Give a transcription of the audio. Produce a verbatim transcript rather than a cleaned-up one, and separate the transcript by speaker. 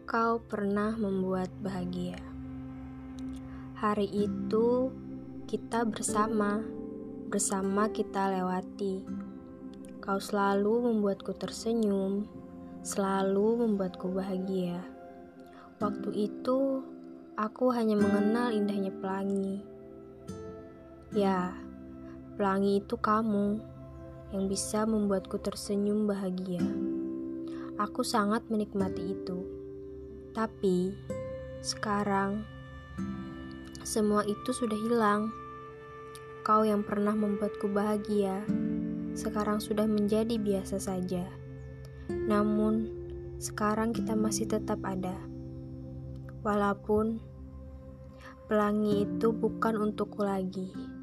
Speaker 1: Kau pernah membuat bahagia. Hari itu kita bersama, bersama kita lewati. Kau selalu membuatku tersenyum, selalu membuatku bahagia. Waktu itu aku hanya mengenal indahnya pelangi. Ya, pelangi itu kamu yang bisa membuatku tersenyum bahagia. Aku sangat menikmati itu. Tapi sekarang semua itu sudah hilang. Kau yang pernah membuatku bahagia sekarang sudah menjadi biasa saja. Namun sekarang kita masih tetap ada. Walaupun pelangi itu bukan untukku lagi.